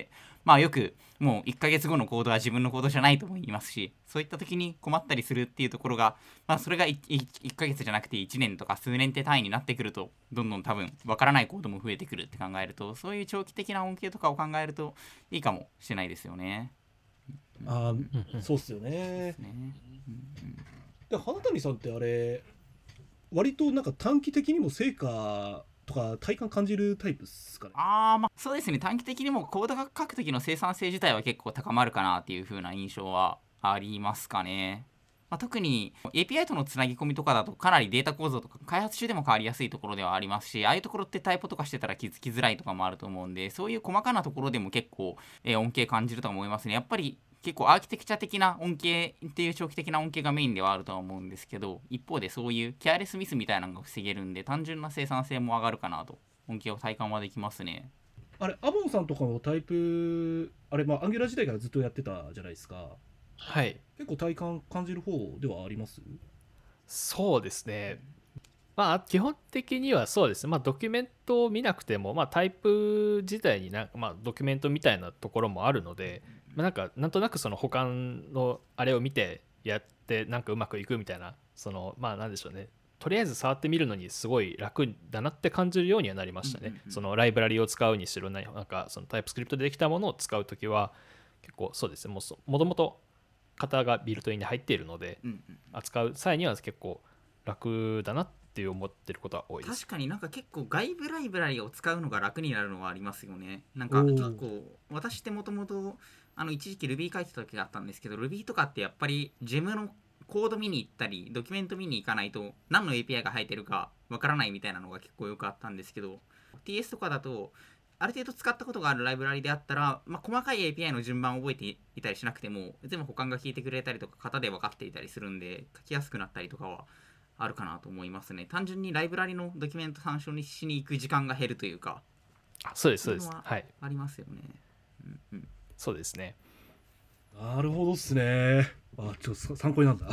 まあよくもう1ヶ月後のコードは自分のコードじゃないとも言いますし、そういった時に困ったりするっていうところが、まあそれが 1ヶ月じゃなくて1年とか数年って単位になってくると、どんどん多分わからないコードも増えてくるって考えると、そういう長期的な恩恵とかを考えるといいかもしれないですよね。 そうっすよね。 ですね。 で花谷さんってあれ割となんか短期的にも成果とか体感感じるタイプですかね。 まあそうですね、短期的にもコードが書く時の生産性自体は結構高まるかなっていう風な印象はありますかね。特に API とのつなぎ込みとかだとかなりデータ構造とか開発中でも変わりやすいところではありますし、ああいうところってタイプとかしてたら気づきづらいとかもあると思うんで、そういう細かなところでも結構、恩恵感じると思いますね。やっぱり結構アーキテクチャ的な恩恵っていう長期的な恩恵がメインではあるとは思うんですけど、一方でそういうケアレスミスみたいなのが防げるんで、単純な生産性も上がるかなと恩恵を体感はできますね。 あれアボンさんとかのタイプあれアンギュラー時代からずっとやってたじゃないですか。 はい、 結構体感感じる方ではあります？ そうですね。基本的にはそうです。ドキュメントを見なくても、タイプ自体にドキュメントみたいなところもあるので、なんとなくその他のあれを見てやってうまくいくみたいな、なんでしょうね。とりあえず触ってみるのにすごい楽だなって感じるようにはなりましたね。そのライブラリを使うにしろそのタイプスクリプトでできたものを使うときは結構そうですね。もともと型がビルトインで入っているので、扱う際には結構楽だなって思ってることは多いです。 確かに結構外部ライブラリを使うのが楽になるのはありますよね。結構私ってもともと一時期 Ruby 書いてた時があったんですけど、 Ruby とかってやっぱりジェムのコード見に行ったりドキュメント見に行かないと何の API が入ってるかわからないみたいなのが結構よくあったんですけど、 TS とかだとある程度使ったことがあるライブラリであったら、細かい API の順番を覚えていたりしなくても全部保管が効いてくれたりとか型で分かっていたりするんで、書きやすくなったりとかはあるかなと思いますね。単純にライブラリのドキュメント参照にしに行く時間が減るというか、 そうですそうです。 はい、ありますよね。 そうですね。 なるほどっすね。ちょっと参考になんだ。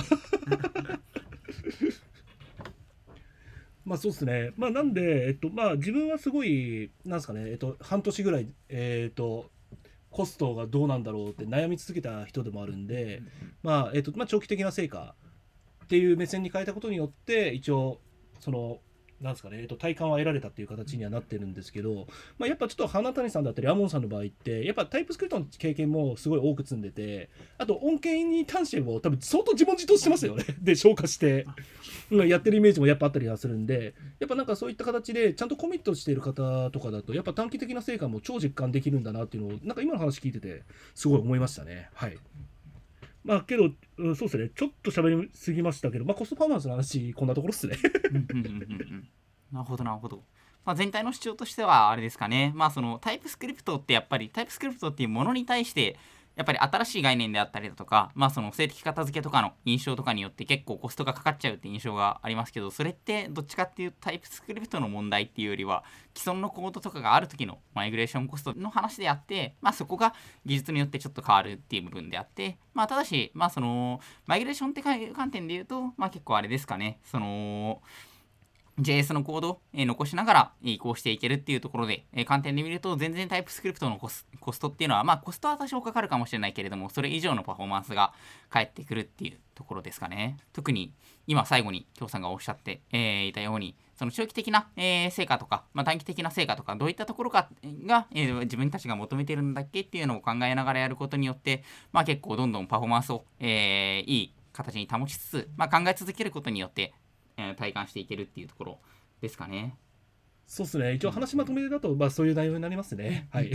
そうですね。なんで自分はすごいなんですかね。半年ぐらいコストがどうなんだろうって悩み続けた人でもあるんで、長期的な成果っていう目線に変えたことによって一応そのなんですかね、体感は得られたっていう形にはなってるんですけど、やっぱちょっと花谷さんだったりアモンさんの場合ってやっぱタイプスクリプトの経験もすごい多く積んでて、あと恩恵に関しても多分相当自問自答してますよね。で消化してやってるイメージもやっぱあったりはするんで、やっぱそういった形でちゃんとコミットしている方とかだとやっぱ短期的な成果も超実感できるんだなっていうのを今の話聞いててすごい思いましたね。はい。けど、そうですね、ちょっと喋りすぎましたけど、コストパフォーマンスの話、こんなところっすね。 なるほどなるほど。全体の主張としてはあれですかね。そのタイプスクリプトってやっぱりタイプスクリプトっていうものに対してやっぱり新しい概念であったりだとか、その静的片付けとかの印象とかによって結構コストがかかっちゃうって印象がありますけど、それってどっちかっていうタイプスクリプトの問題っていうよりは既存のコードとかがある時のマイグレーションコストの話であって、そこが技術によってちょっと変わるっていう部分であって、ただしそのマイグレーションって観点で言うと結構あれですかね、そのJS のコードを残しながら移行していけるっていうところで観点で見ると、全然タイプスクリプトのコストっていうのはコストは多少かかるかもしれないけれども、それ以上のパフォーマンスが返ってくるっていうところですかね。特に今最後に京さんがおっしゃっていたように、その長期的な成果とか短期的な成果とかどういったところかが自分たちが求めてるんだっけっていうのを考えながらやることによって結構どんどんパフォーマンスをいい形に保ちつつ考え続けることによって体感していけるっていうところですかね。 そうですね。一応話まとめだと、そういう内容になりますね。はい。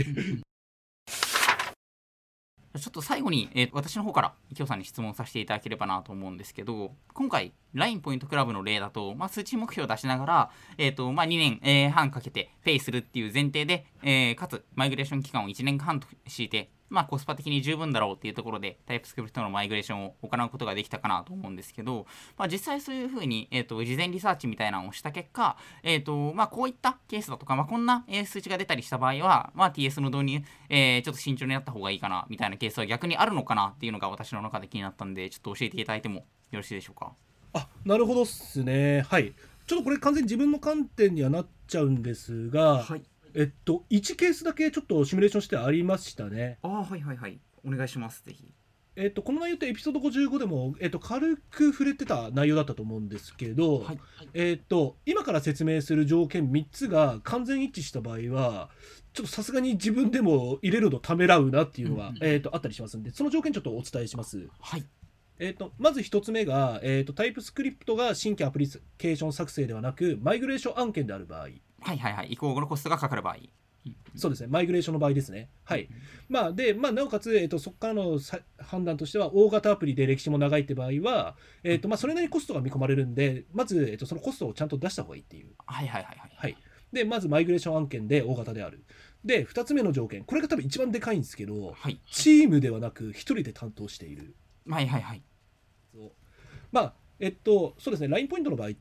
ちょっと最後に、私の方から京さんに質問させていただければなと思うんですけど、今回 LINE ポイントクラブの例だと、数値目標を出しながら、2年、半かけてペイするっていう前提で、かつマイグレーション期間を1年半と敷いて、コスパ的に十分だろうっていうところでタイプスクリプトのマイグレーションを行うことができたかなと思うんですけど、実際そういうふうに、事前リサーチみたいなのをした結果、こういったケースだとか、こんな数値が出たりした場合は、TS の導入、ちょっと慎重になった方がいいかなみたいなケースは逆にあるのかなっていうのが私の中で気になったんで、ちょっと教えていただいてもよろしいでしょうか。 なるほどっすね。はい。ちょっとこれ完全に自分の観点にはなっちゃうんですが、 はい、 1ケースだけちょっとシミュレーションしてありましたね。 はいはいはい。お願いします、ぜひ。 この内容ってエピソード55でも、軽く触れてた内容だったと思うんですけど、 はい。 今から説明する条件3つが完全一致した場合は、ちょっとさすがに自分でも入れるのためらうなっていうのが、あったりしますんで、その条件ちょっとお伝えします。 はい。 まず1つ目が、タイプスクリプトが新規アプリケーション作成ではなく、マイグレーション案件である場合。 はいはいはい。移行後のコストがかかる場合。 そうですね、マイグレーションの場合ですね。はい。なおかつ、そこからの判断としては、大型アプリで歴史も長いって場合は、それなりにコストが見込まれるんで、まず、そのコストをちゃんと出した方がいいっていう。 はいはいはいはい。 はい。で、まずマイグレーション案件で大型である。で、2つ目の条件、これが多分一番でかいんですけど、 はい。 チームではなく、1人で担当している。 はいはいはい。 そうそうですね、ラインポイントの場合って、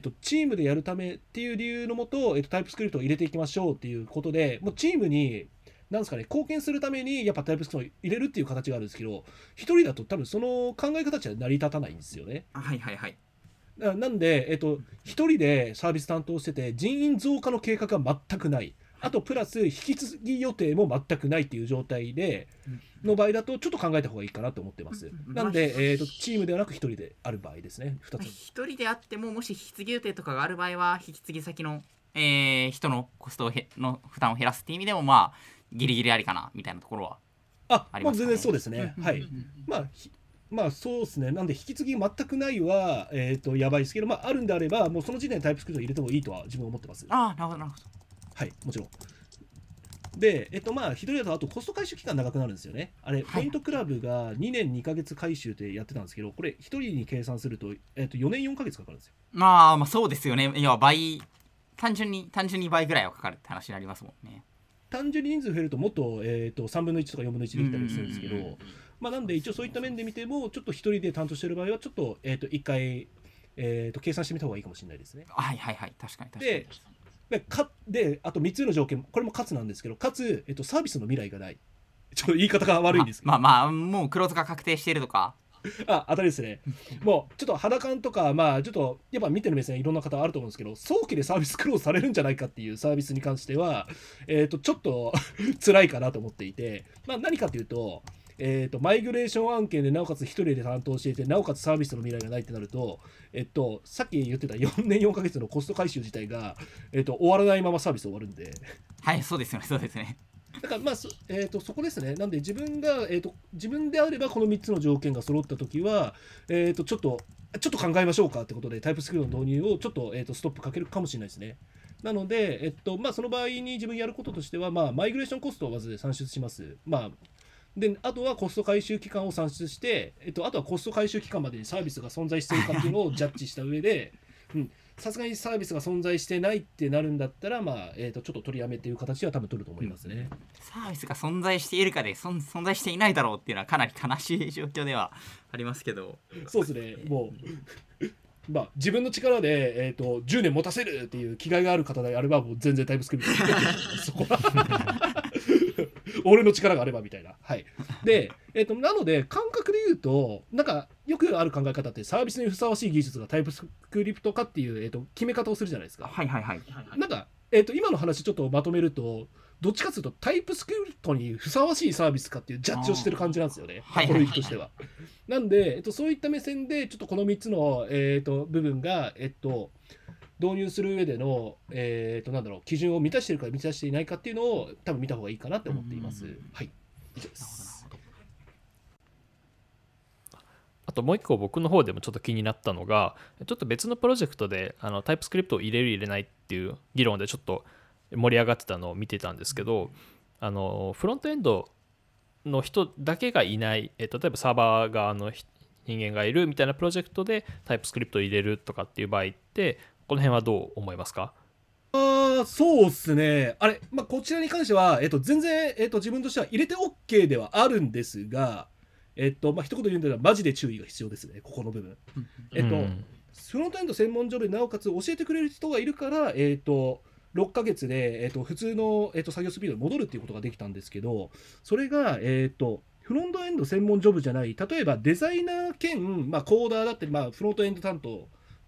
チームでやるためっていう理由のもと、タイプスクリプトを入れていきましょうっていうことで、もうチームに、なんですかね、貢献するために、やっぱタイプスクリプトを入れるっていう形があるんですけど、一人だと多分その考え方じゃ成り立たないんですよね。 はいはいはい。 なんで、一人でサービス担当してて、人員増加の計画が全くない。あとプラス引き継ぎ予定も全くないっていう状態での場合だとちょっと考えた方がいいかなと思ってます。なんで、チームではなく1人である場合ですね。2つ。 1人であっても、もし引き継ぎ予定とかがある場合は、引き継ぎ先の、人のコストの負担を減らすっていう意味でも、まあギリギリありかなみたいなところはありますかね。 もう全然そうですね。はい。そうですね。なんで引き継ぎ全くないはやばいですけど、あるんであればもうその時点でタイプスクリプト入れてもいいとは自分は思ってます。 なるほどなるほど。 はい、もちろん。で、一人だとあとコスト回収期間長くなるんですよね。あれ、ポイントクラブが2年2ヶ月回収ってやってたんですけど、これ1人に計算すると、4年4ヶ月かかるんですよ。 まあそうですよね。いや倍、単純に倍ぐらいはかかるって話になりますもんね。 単純に人数増えるともっと、3分の1とか4分の1できたりするんですけど、なんで一応そういった面で見ても、ちょっと1人で担当している場合は、ちょっと、1回、計算してみた方がいいかもしれないですね。 はいはいはい、確かに確かに。 であと3つの条件、これもかつなんですけど、かつ、サービスの未来がない。ちょっと言い方が悪いんですけど、 もうクローズが確定しているとか。 当たりですね。もうちょっと肌感とか、ちょっとやっぱ見てる目線いろんな方あると思うんですけど、早期でサービスクローズされるんじゃないかっていうサービスに関しては、ちょっと辛いかなと思っていて、何かというと、マイグレーション案件でなおかつ1人で担当していて、なおかつサービスの未来がないってなると、さっき言ってた4年4ヶ月のコスト回収自体が、終わらないままサービス終わるんで。 はい、そうですよね、そうですね。 だからそこですね。なんで自分が、自分であればこの3つの条件が揃ったときは、ちょっと考えましょうかってことでタイプスクリプトの導入をちょっと、ストップかけるかもしれないですね。なので、その場合に自分やることとしては、マイグレーションコストをまず算出します。であとはコスト回収期間を算出して、あとはコスト回収期間までにサービスが存在しているかっていうのをジャッジした上で、さすがにサービスが存在してないってなるんだったら、ちょっと取りやめっていう形は多分取ると思いますね。 サービスが存在しているかで存在していないだろうっていうのはかなり悲しい状況ではありますけど。 そうですね。もう自分の力で、10年持たせるっていう気概がある方であれば、もう全然タイプスクリプトそこは俺の力があればみたいな。はい。で、なので感覚で言うと、なんかよくある考え方ってサービスにふさわしい技術がタイプスクリプトかっていう、決め方をするじゃないですか。 はいはいはい。 なんか、今の話ちょっとまとめると、どっちかというとタイプスクリプトにふさわしいサービスかっていうジャッジをしてる感じなんですよね。この域としては。なんで、そういった目線でちょっとこの3つの、部分が、導入する上での、基準を満たしているか満たしていないかっていうのを多分見た方がいいかなって思っています。はい。以上です。 あともう一個僕の方でもちょっと気になったのが、ちょっと別のプロジェクトでタイプスクリプトを入れる入れないっていう議論でちょっと盛り上がってたのを見てたんですけど、フロントエンドの人だけがいない、例えばサーバー側の人間がいるみたいなプロジェクトでタイプスクリプトを入れるとかっていう場合って、この辺はどう思いますか？ そうですね。こちらに関しては、全然、自分としては入れて OK ではあるんですが、一言言うんだらマジで注意が必要ですね、ここの部分。フロントエンド専門ジョブでなおかつ教えてくれる人がいるから、6ヶ月で、普通の、作業スピードに戻るっていうことができたんですけど、それが、フロントエンド専門ジョブじゃない、例えばデザイナー兼、コーダーだったり、フロントエンド担当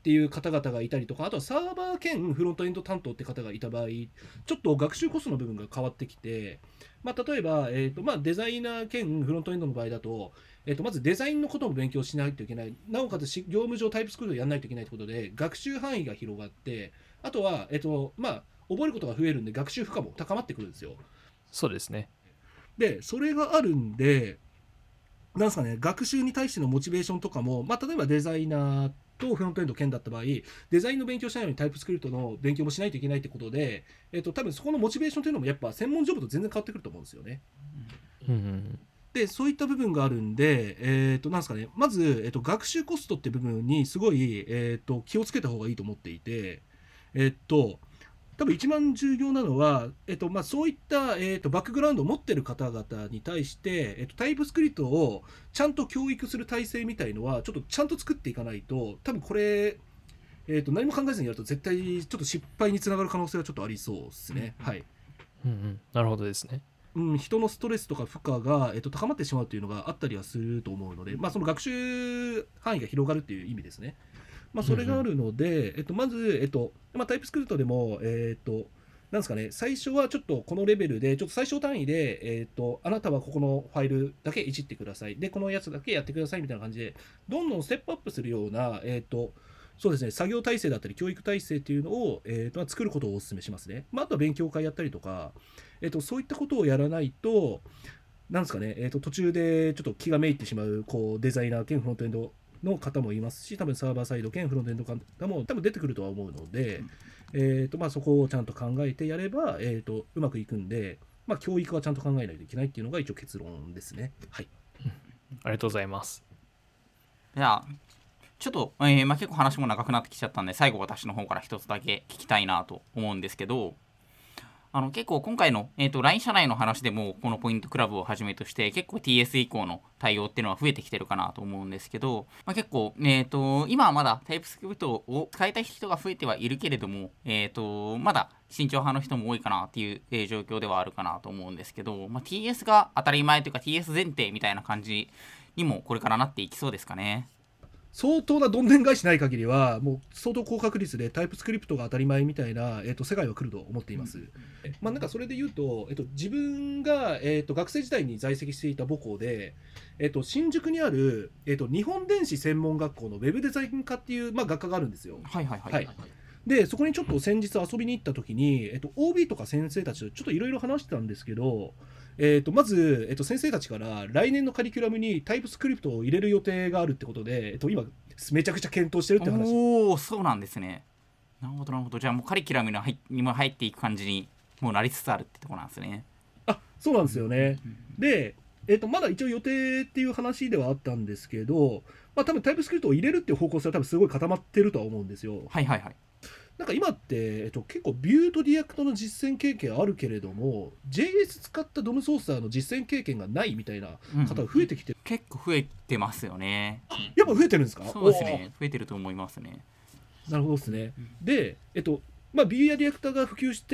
っていう方々がいたりとか、あとはサーバー兼フロントエンド担当って方がいた場合、ちょっと学習コストの部分が変わってきて、例えば、デザイナー兼フロントエンドの場合だと、まずデザインのことも勉強しないといけない、なおかつ業務上タイプスクリプトをやらないといけないということで、学習範囲が広がって、あとは、覚えることが増えるんで、学習負荷も高まってくるんですよ。 そうですね。 で、それがあるんで、なんですかね、学習に対してのモチベーションとかも、例えばデザイナーとフロントエンド兼だった場合、デザインの勉強しないようにタイプスクリプトの勉強もしないといけないってことで、多分そこのモチベーションというのもやっぱ専門ジョブと全然変わってくると思うんですよね。で、そういった部分があるんで、なんですかね、まず、学習コストって部分にすごい、気をつけた方がいいと思っていて、多分一番重要なのは、そういった、バックグラウンドを持っている方々に対して、タイプスクリプトをちゃんと教育する体制みたいのはちょっとちゃんと作っていかないと、多分これ、何も考えずにやると絶対ちょっと失敗につながる可能性はちょっとありそうですね。はい。 なるほどですね。 人のストレスとか負荷が、高まってしまうというのがあったりはすると思うので、その学習範囲が広がるっていう意味ですね。それがあるので、まず、タイプスクリプトでも、なんですかね、最初はちょっとこのレベルで、ちょっと最小単位で、あなたはここのファイルだけいじってください。で、このやつだけやってくださいみたいな感じで、どんどんステップアップするような、そうですね、作業体制だったり、教育体制っていうのを、作ることをお勧めしますね。あとは勉強会やったりとか、そういったことをやらないと、なんですかね、途中でちょっと気がめいってしまう、デザイナー兼フロントエンドの方もいますし、多分サーバーサイド兼フロントエンド方も多分出てくるとは思うので、そこをちゃんと考えてやれば、うまくいくんで、教育はちゃんと考えないといけないっていうのが一応結論ですね。はい。 ありがとうございます。 じゃあちょっと、結構話も長くなってきちゃったんで、最後私の方から一つだけ聞きたいなと思うんですけど、結構今回の、LINE 社内の話でもこのポイントクラブをはじめとして結構 TS 以降の対応っていうのは増えてきてるかなと思うんですけど、結構、今はまだタイプスクリプトを使いたい人が増えてはいるけれども、まだ慎重派の人も多いかなっていう、状況ではあるかなと思うんですけど、TS が当たり前というか TS 前提みたいな感じにもこれからなっていきそうですかね。 相当などんでん返しない限りはもう相当高確率でタイプスクリプトが当たり前みたいな、世界は来ると思っています。なんかそれで言うと、自分が、学生時代に在籍していた母校で、新宿にある、日本電子専門学校のウェブデザイン科っていう、学科があるんですよ。でそこにちょっと先日遊びに行った時に、OB とか先生たちとちょっといろいろ話してたんですけど、まず、先生たちから来年のカリキュラムにタイプスクリプトを入れる予定があるってことで、今めちゃくちゃ検討してるって話。 おお、そうなんですね。なるほどなるほど。じゃあもうカリキュラムにも入っていく感じにもうなりつつあるってところなんですね。 そうなんですよね。で、まだ一応予定っていう話ではあったんですけど、多分タイプスクリプトを入れるっていう方向性は多分すごい固まってるとは思うんですよ。なんか今って、結構ビューとリアクトの実践経験あるけれども JS 使ったドムソーサーの実践経験がないみたいな方が増えてきてる、 結構増えてますよね。 やっぱ増えてるんですか？ そうですね、増えてると思いますね。 なるほどですね。で、ビューやリアクターが普及して、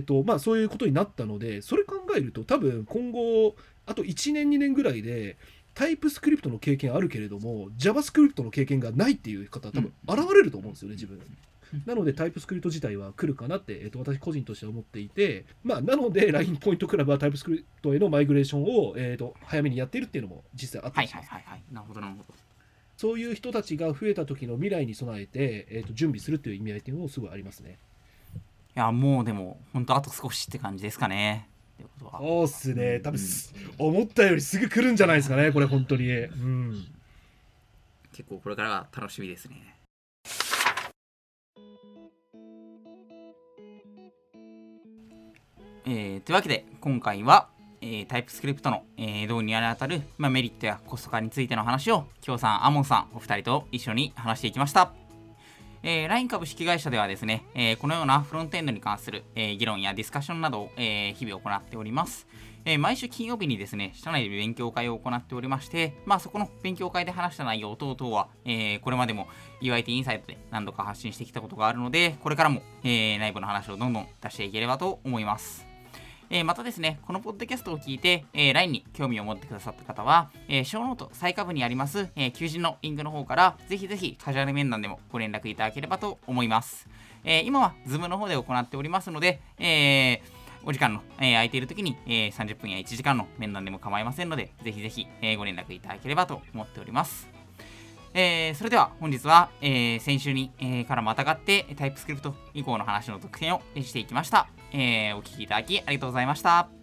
そういうことになったので、それ考えると多分今後あと1年2年ぐらいでタイプスクリプトの経験あるけれども JavaScript の経験がないっていう方多分現れると思うんですよね、自分。なのでタイプスクリプト自体は来るかなって、私個人としては思っていて、なので LINE ポイントクラブはタイプスクリプトへのマイグレーションを、早めにやっているっていうのも実際あったりします。 なるほどなるほど。 そういう人たちが増えた時の未来に備えて、準備するっていう意味合いっていうのもすごいありますね。 いやもうでも本当あと少しって感じですかね。 そうっすね。多分、思ったよりすぐ来るんじゃないですかね、これ本当に。 結構これからが楽しみですね。というわけで今回は、タイプスクリプトの、導入にあたる、メリットやコスト化についての話を京さん、アモンさんお二人と一緒に話していきました。LINE 株式会社ではですね、このようなフロントエンドに関する、議論やディスカッションなどを、日々行っております。毎週金曜日にですね、社内で勉強会を行っておりまして、そこの勉強会で話した内容等々は、これまでも UIT インサイトで何度か発信してきたことがあるので、これからも、内部の話をどんどん出していければと思います。 またですね、このポッドキャストを聞いて、LINE に興味を持ってくださった方は、ショーノート最下部にあります、求人のリンクの方から、ぜひぜひカジュアル面談でもご連絡いただければと思います。今は Zoom の方で行っておりますので、お時間の、空いている時に、30分や1時間の面談でも構いませんので、ぜひぜひ、ご連絡いただければと思っております。それでは本日は、先週に、からまたがってタイプスクリプト以降の話の続編をしていきました。お聞きいただきありがとうございました。